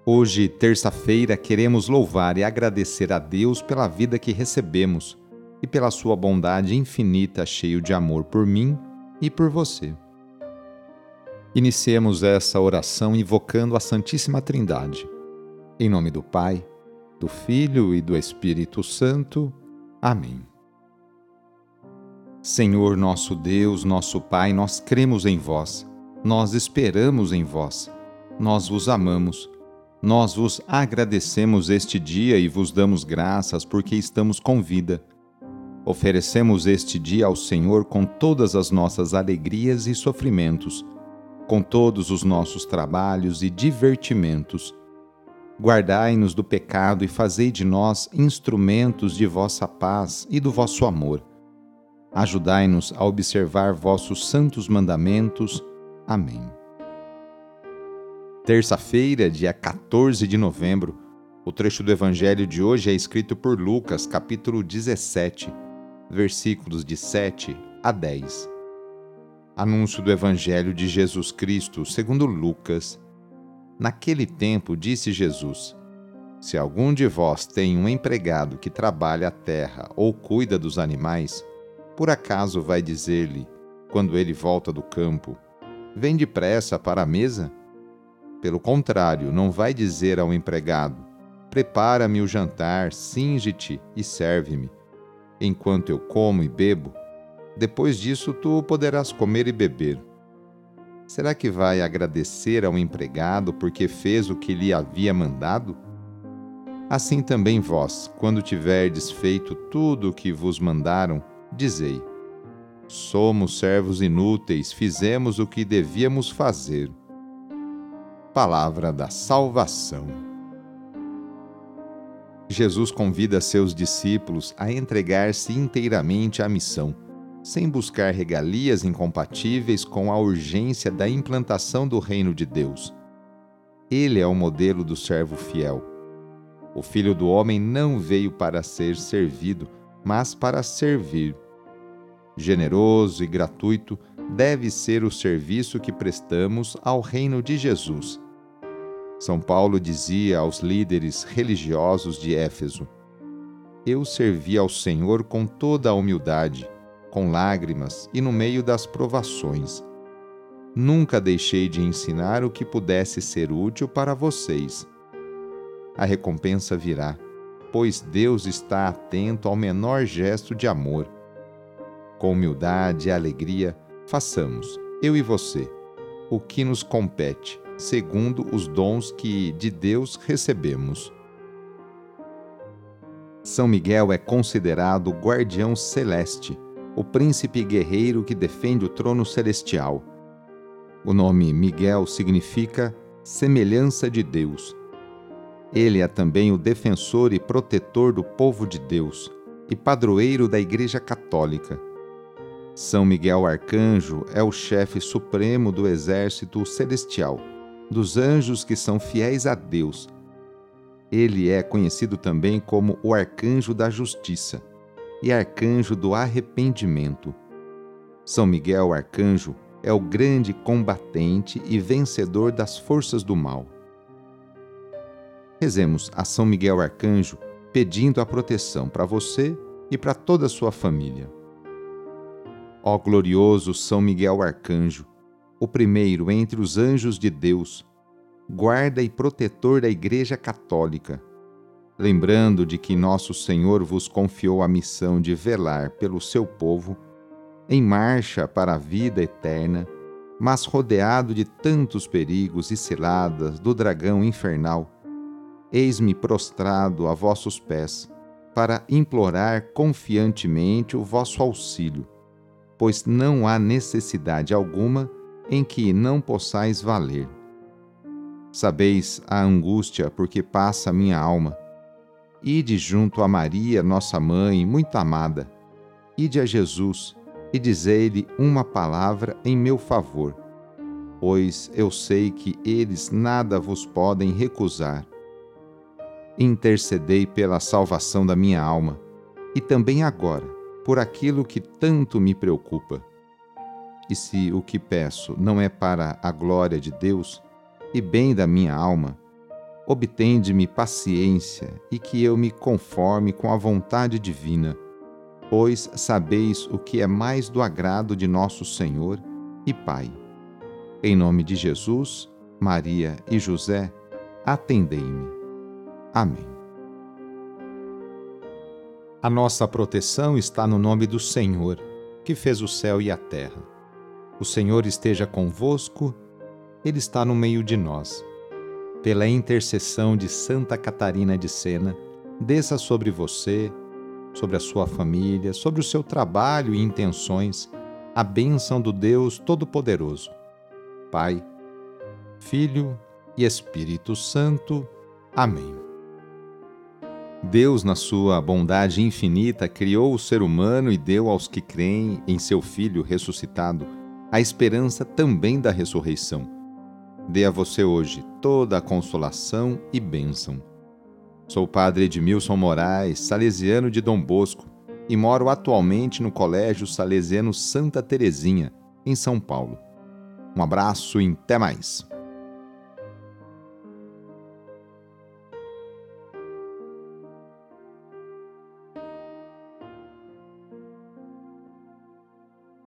Hoje, terça-feira, queremos louvar e agradecer a Deus pela vida que recebemos e pela sua bondade infinita, cheio de amor por mim e por você. Iniciemos essa oração invocando a Santíssima Trindade. Em nome do Pai, do Filho e do Espírito Santo. Amém. Senhor nosso Deus, nosso Pai, nós cremos em vós, nós esperamos em vós, nós vos amamos. Nós vos agradecemos este dia e vos damos graças porque estamos com vida. Oferecemos este dia ao Senhor com todas as nossas alegrias e sofrimentos, com todos os nossos trabalhos e divertimentos. Guardai-nos do pecado e fazei de nós instrumentos de vossa paz e do vosso amor. Ajudai-nos a observar vossos santos mandamentos. Amém. Terça-feira, dia 14 de novembro, o trecho do Evangelho de hoje é escrito por Lucas, capítulo 17, versículos de 7 a 10. Anúncio do Evangelho de Jesus Cristo, segundo Lucas. Naquele tempo, disse Jesus: Se algum de vós tem um empregado que trabalha a terra ou cuida dos animais, por acaso vai dizer-lhe, quando ele volta do campo, vem depressa para a mesa? Pelo contrário, não vai dizer ao empregado, prepara-me o jantar, cinge-te e serve-me, enquanto eu como e bebo. Depois disso, tu poderás comer e beber. Será que vai agradecer ao empregado porque fez o que lhe havia mandado? Assim também vós, quando tiverdes feito tudo o que vos mandaram, dizei: somos servos inúteis, fizemos o que devíamos fazer. Palavra da salvação. Jesus convida seus discípulos a entregar-se inteiramente à missão, sem buscar regalias incompatíveis com a urgência da implantação do reino de Deus. Ele é o modelo do servo fiel. O Filho do Homem não veio para ser servido, mas para servir. Generoso e gratuito deve ser o serviço que prestamos ao reino de Jesus. São Paulo dizia aos líderes religiosos de Éfeso: Eu servi ao Senhor com toda a humildade, com lágrimas e no meio das provações. Nunca deixei de ensinar o que pudesse ser útil para vocês. A recompensa virá, pois Deus está atento ao menor gesto de amor. Com humildade e alegria, façamos, eu e você, o que nos compete, segundo os dons que de Deus recebemos. São Miguel é considerado o guardião celeste, o príncipe guerreiro que defende o trono celestial. O nome Miguel significa semelhança de Deus. Ele é também o defensor e protetor do povo de Deus e padroeiro da Igreja Católica. São Miguel Arcanjo é o chefe supremo do exército celestial, dos anjos que são fiéis a Deus. Ele é conhecido também como o Arcanjo da Justiça e Arcanjo do Arrependimento. São Miguel Arcanjo é o grande combatente e vencedor das forças do mal. Rezemos a São Miguel Arcanjo pedindo a proteção para você e para toda a sua família. Ó glorioso São Miguel Arcanjo, o primeiro entre os anjos de Deus, guarda e protetor da Igreja Católica, lembrando de que nosso Senhor vos confiou a missão de velar pelo seu povo, em marcha para a vida eterna, mas rodeado de tantos perigos e ciladas do dragão infernal, eis-me prostrado a vossos pés, para implorar confiantemente o vosso auxílio, pois não há necessidade alguma em que não possais valer. Sabeis a angústia por que passa minha alma. Ide junto a Maria, nossa mãe, muito amada. Ide a Jesus e dizei-lhe uma palavra em meu favor, pois eu sei que eles nada vos podem recusar. Intercedei pela salvação da minha alma, e também agora, por aquilo que tanto me preocupa. E se o que peço não é para a glória de Deus e bem da minha alma, obtende-me paciência e que eu me conforme com a vontade divina, pois sabeis o que é mais do agrado de nosso Senhor e Pai. Em nome de Jesus, Maria e José, atendei-me. Amém. A nossa proteção está no nome do Senhor, que fez o céu e a terra. O Senhor esteja convosco, Ele está no meio de nós. Pela intercessão de Santa Catarina de Sena, desça sobre você, sobre a sua família, sobre o seu trabalho e intenções, a bênção do Deus Todo-Poderoso. Pai, Filho e Espírito Santo. Amém. Deus, na sua bondade infinita, criou o ser humano e deu aos que creem em seu Filho ressuscitado a esperança também da ressurreição. Dê a você hoje toda a consolação e bênção. Sou o padre Edmilson Moraes, salesiano de Dom Bosco, e moro atualmente no Colégio Salesiano Santa Terezinha, em São Paulo. Um abraço e até mais!